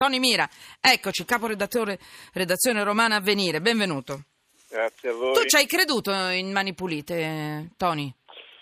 Tony Mira, eccoci, redazione romana Avvenire, benvenuto. Grazie a voi. Tu ci hai creduto in Mani Pulite, Tony?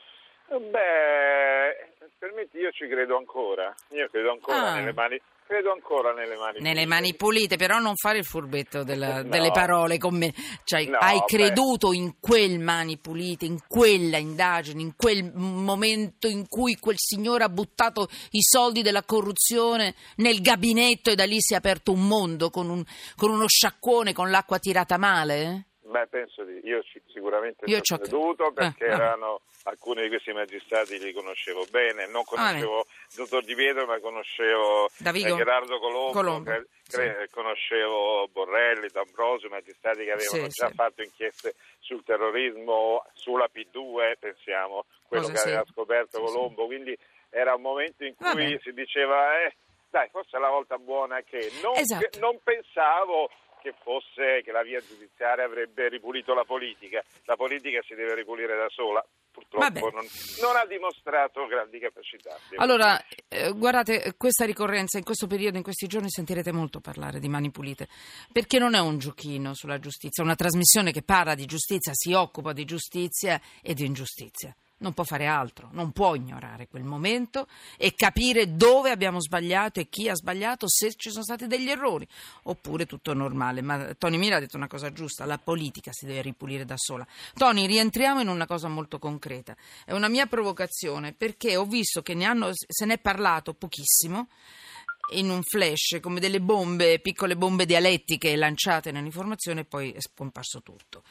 Beh, permetti, io ci credo ancora. Io credo ancora nelle mani. Credo ancora nelle mani Nelle Mani Pulite, però non fare il furbetto delle parole con me. Cioè, No, hai creduto in quel Mani Pulite, in quella indagine, in quel momento in cui quel signore ha buttato i soldi della corruzione nel gabinetto e da lì si è aperto un mondo con uno sciacquone, con l'acqua tirata male? Beh, penso di. Io sicuramente Io ci ho creduto perché erano alcuni di questi magistrati li conoscevo bene. Non conoscevo il dottor Di Pietro, ma conoscevo Gerardo Colombo. Conoscevo Borrelli, D'Ambrosio, magistrati che avevano già fatto inchieste sul terrorismo, sulla P2, pensiamo, quello che aveva scoperto Colombo. Quindi era un momento in cui si diceva, dai, forse è la volta buona che non pensavo che la via giudiziaria avrebbe ripulito la politica. La politica si deve ripulire da sola. Purtroppo non ha dimostrato grandi capacità. Allora, guardate, questa ricorrenza in questo periodo, in questi giorni sentirete molto parlare di Mani Pulite, perché non è un giochino sulla giustizia, è una trasmissione che parla di giustizia, si occupa di giustizia e di ingiustizia. Non può fare altro, non può ignorare quel momento e capire dove abbiamo sbagliato e chi ha sbagliato, se ci sono stati degli errori, oppure tutto normale. Ma Tony Mira ha detto una cosa giusta, la politica si deve ripulire da sola. Tony, rientriamo in una cosa molto concreta. È una mia provocazione, perché ho visto che se ne è parlato pochissimo, in un flash, come delle bombe, piccole bombe dialettiche lanciate nell'informazione, e poi è scomparso tutto.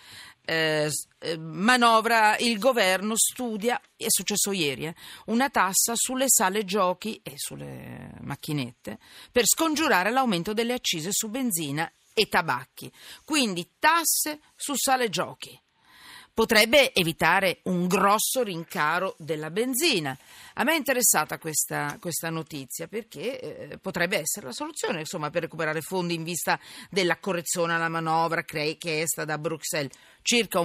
Manovra, il governo studia, è successo ieri, una tassa sulle sale giochi e sulle macchinette per scongiurare l'aumento delle accise su benzina e tabacchi. Quindi tasse su sale giochi. Potrebbe evitare un grosso rincaro della benzina. A me è interessata questa notizia perché potrebbe essere la soluzione, insomma, per recuperare fondi in vista della correzione alla manovra chiesta da Bruxelles. Circa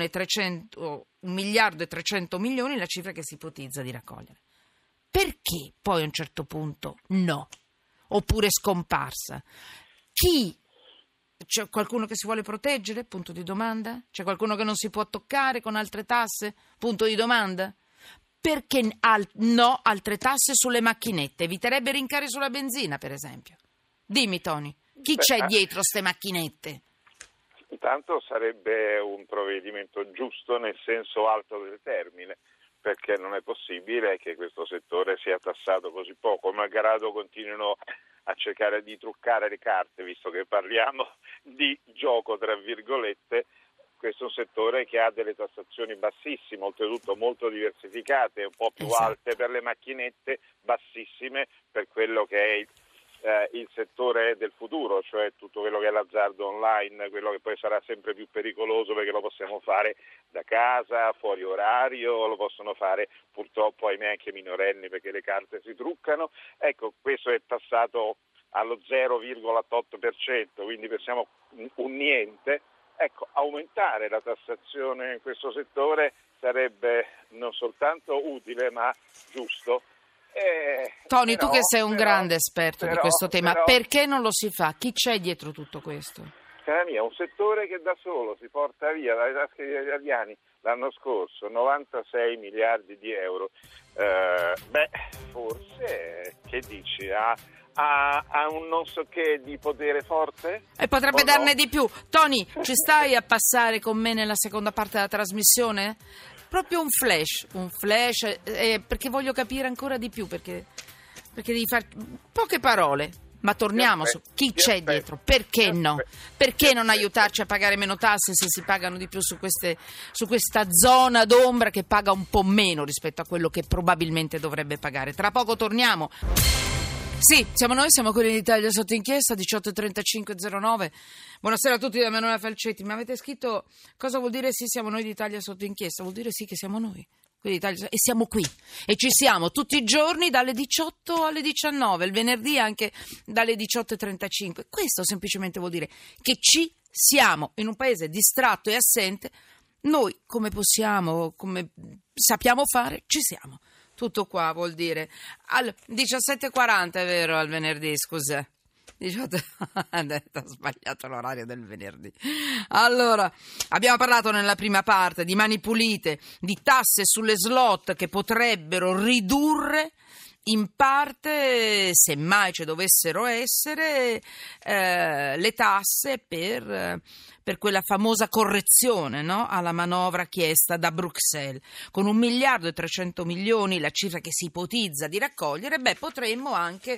1 miliardo e 300 milioni la cifra che si ipotizza di raccogliere. Perché poi a un certo punto no? Oppure scomparsa? Chi? C'è qualcuno che si vuole proteggere? Punto di domanda. C'è qualcuno che non si può toccare con altre tasse? Punto di domanda. Perché no altre tasse sulle macchinette? Eviterebbe rincari sulla benzina, per esempio. Dimmi, Tony, chi c'è dietro ste macchinette? Intanto sarebbe un provvedimento giusto nel senso alto del termine, perché non è possibile che questo settore sia tassato così poco, malgrado continuino a cercare di truccare le carte, visto che parliamo di gioco, tra virgolette. Questo è un settore che ha delle tassazioni bassissime, oltretutto molto diversificate, un po' più alte per le macchinette, bassissime per quello che è il settore del futuro, cioè tutto quello che è l'azzardo online, quello che poi sarà sempre più pericoloso perché lo possiamo fare da casa, fuori orario, lo possono fare purtroppo ahimè anche i minorenni perché le carte si truccano. Ecco, questo è tassato allo 0,8%, quindi pensiamo un niente. Ecco, aumentare la tassazione in questo settore sarebbe non soltanto utile ma giusto. Tony, tu che sei un grande esperto di questo tema, perché non lo si fa? Chi c'è dietro tutto questo? Cara mia, un settore che da solo si porta via dalle tasche degli italiani l'anno scorso 96 miliardi di euro. Forse, che dici, ha un non so che di potere forte? E potrebbe darne di più. Tony, ci stai a passare con me nella seconda parte della trasmissione? Proprio un flash, perché voglio capire ancora di più, perché devi fare poche parole, ma torniamo su chi c'è dietro, perché no? Perché non aiutarci a pagare meno tasse se si pagano di più su questa zona d'ombra che paga un po' meno rispetto a quello che probabilmente dovrebbe pagare? Tra poco torniamo. Sì, siamo noi, siamo quelli d'Italia sotto inchiesta, 18:35:09. Buonasera a tutti da Emanuela Falcetti. Mi avete scritto cosa vuol dire sì, siamo noi d'Italia sotto inchiesta? Vuol dire sì che siamo noi, quelli d'Italia, e siamo qui. E ci siamo tutti i giorni dalle 18 alle 19, il venerdì anche dalle 18:35. Questo semplicemente vuol dire che ci siamo in un paese distratto e assente. Noi, come possiamo, come sappiamo fare, ci siamo. Tutto qua vuol dire al 17:40, è vero, al venerdì, scusa. 18. Ho sbagliato l'orario del venerdì. Allora, abbiamo parlato nella prima parte di mani pulite, di tasse sulle slot che potrebbero ridurre in parte, se mai ci dovessero essere, le tasse per quella famosa correzione, no? Alla manovra chiesta da Bruxelles. Con 1,3 miliardi, la cifra che si ipotizza di raccogliere, potremmo anche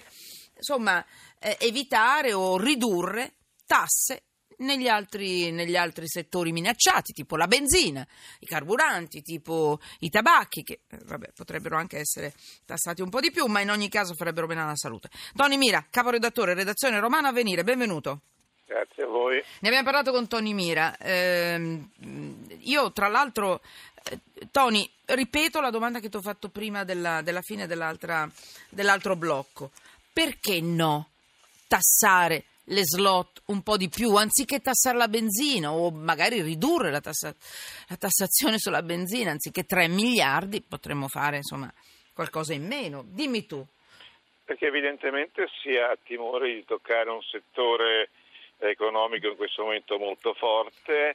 evitare o ridurre tasse negli altri settori minacciati, tipo la benzina, i carburanti, tipo i tabacchi, che potrebbero anche essere tassati un po' di più, ma in ogni caso farebbero bene alla salute. Tony Mira, caporedattore, redazione Romano Avvenire, benvenuto. Grazie a voi. Ne abbiamo parlato con Tony Mira. Io, tra l'altro, Tony, ripeto la domanda che ti ho fatto prima della fine dell'altro blocco. Perché no tassare le slot un po' di più, anziché tassare la benzina, o magari ridurre la tassazione sulla benzina, anziché 3 miliardi potremmo fare qualcosa in meno? Dimmi tu. Perché evidentemente si ha timore di toccare un settore economico in questo momento molto forte,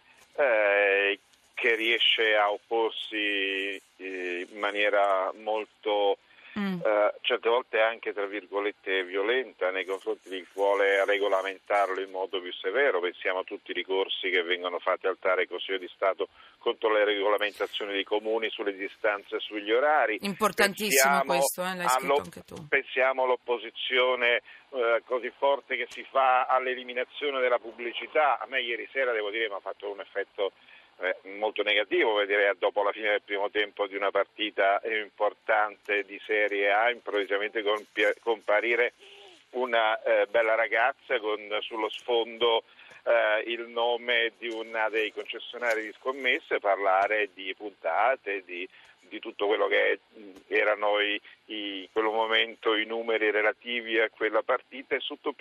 che riesce a opporsi in maniera molto certe volte anche tra virgolette violenta nei confronti di chi vuole regolamentarlo in modo più severo. Pensiamo a tutti i ricorsi che vengono fatti al TAR e Consiglio di Stato contro le regolamentazioni dei comuni sulle distanze e sugli orari. Importantissimo questo, l'hai scritto anche tu. Pensiamo all'opposizione così forte che si fa all'eliminazione della pubblicità. A me ieri sera, devo dire, mi ha fatto un effetto molto negativo vedere dopo la fine del primo tempo di una partita importante di Serie A improvvisamente comparire una bella ragazza con sullo sfondo il nome di una dei concessionari di scommesse, parlare di puntate, di tutto quello che erano in quel momento i numeri relativi a quella partita, e sotto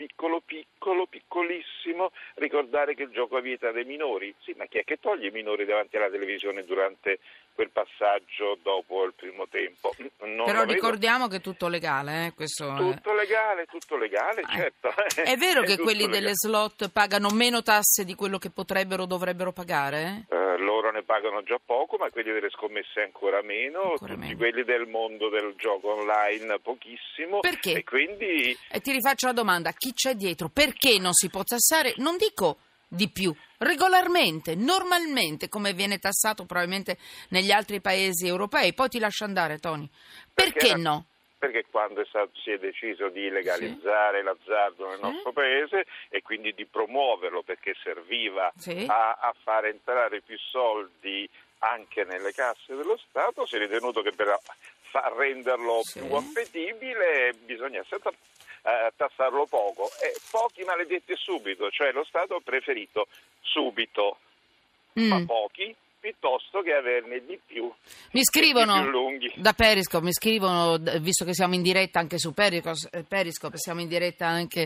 piccolissimo ricordare che il gioco è vietato ai minori. Sì, ma chi è che toglie i minori davanti alla televisione durante quel passaggio dopo il primo tempo? Però ricordiamo che è tutto legale, questo tutto legale, certo. È vero che quelli legale. Delle slot pagano meno tasse di quello che potrebbero o dovrebbero pagare? Loro ne pagano già poco, ma quelli delle scommesse ancora meno, quelli del mondo del gioco online pochissimo. Perché? E quindi ti rifaccio la domanda, chi c'è dietro? Perché non si può tassare, non dico di più, regolarmente, normalmente, come viene tassato probabilmente negli altri paesi europei? Poi ti lascio andare, Tony. Perché no? Perché quando si è deciso di legalizzare l'azzardo nel nostro paese e quindi di promuoverlo, perché serviva a far entrare più soldi anche nelle casse dello Stato, si è ritenuto che per far renderlo più appetibile bisogna tassarlo poco, e pochi maledetti subito, cioè lo Stato ha preferito subito, ma pochi, piuttosto che averne di più. Mi scrivono più lunghi. Da Periscope, visto che siamo in diretta anche su Periscope, siamo in diretta anche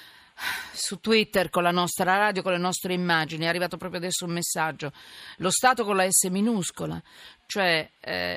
su Twitter con la nostra radio, con le nostre immagini. È arrivato proprio adesso un messaggio: lo Stato con la S minuscola, cioè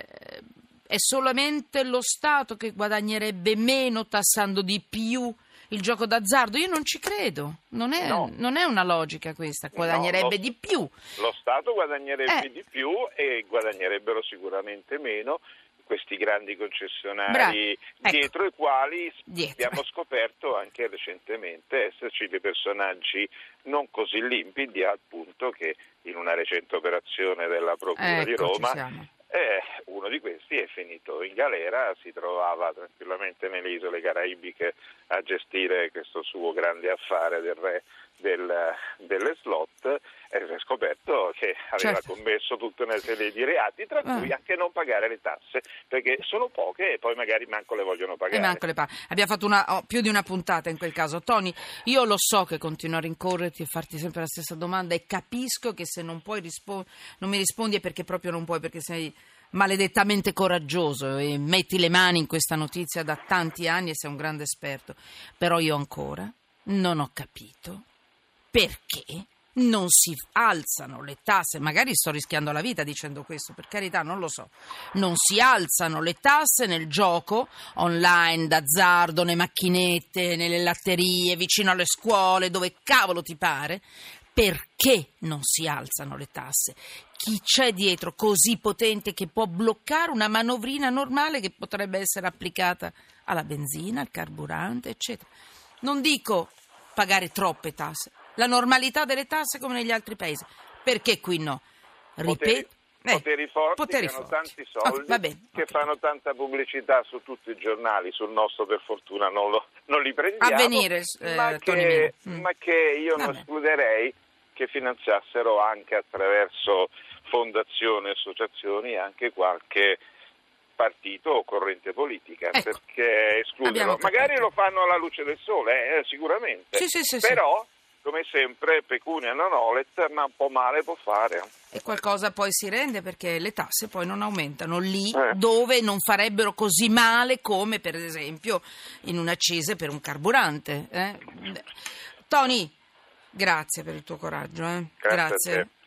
è solamente lo Stato che guadagnerebbe meno tassando di più il gioco d'azzardo? Io non ci credo, non è una logica questa, guadagnerebbe di più. Lo Stato guadagnerebbe di più e guadagnerebbero sicuramente meno questi grandi concessionari dietro i quali abbiamo scoperto anche recentemente esserci dei personaggi non così limpidi, al punto che in una recente operazione della Procura di Roma uno di questi è finito in galera, si trovava tranquillamente nelle isole caraibiche a gestire questo suo grande affare del re delle slot, e si è scoperto che aveva commesso tutta una serie di reati, tra cui anche non pagare le tasse, perché sono poche e poi magari manco le vogliono pagare. Abbiamo fatto più di una puntata in quel caso. Tony, io lo so che continuo a rincorrerti e farti sempre la stessa domanda, e capisco che se non puoi non mi rispondi è perché proprio non puoi, perché sei maledettamente coraggioso e metti le mani in questa notizia da tanti anni e sei un grande esperto. Però io ancora non ho capito perché non si alzano le tasse, magari sto rischiando la vita dicendo questo, per carità, non lo so, non si alzano le tasse nel gioco online, d'azzardo, nelle macchinette, nelle latterie, vicino alle scuole, dove cavolo ti pare. Perché non si alzano le tasse? Chi c'è dietro così potente che può bloccare una manovrina normale che potrebbe essere applicata alla benzina, al carburante, eccetera? Non dico pagare troppe tasse, la normalità delle tasse come negli altri paesi. Perché qui no? Ripeto. Poteri forti poteri che hanno forti. tanti soldi, che fanno tanta pubblicità su tutti i giornali, sul nostro per fortuna non li prendiamo, Avvenire, ma che io non escluderei che finanziassero anche attraverso fondazioni, associazioni, anche qualche partito o corrente politica, ecco, perché escluderlo. Magari lo fanno alla luce del sole, sicuramente, però come sempre pecunia non olet, ma un po' male può fare. E qualcosa poi si rende, perché le tasse poi non aumentano lì dove non farebbero così male come per esempio in un accise per un carburante. Tony, grazie per il tuo coraggio. Grazie.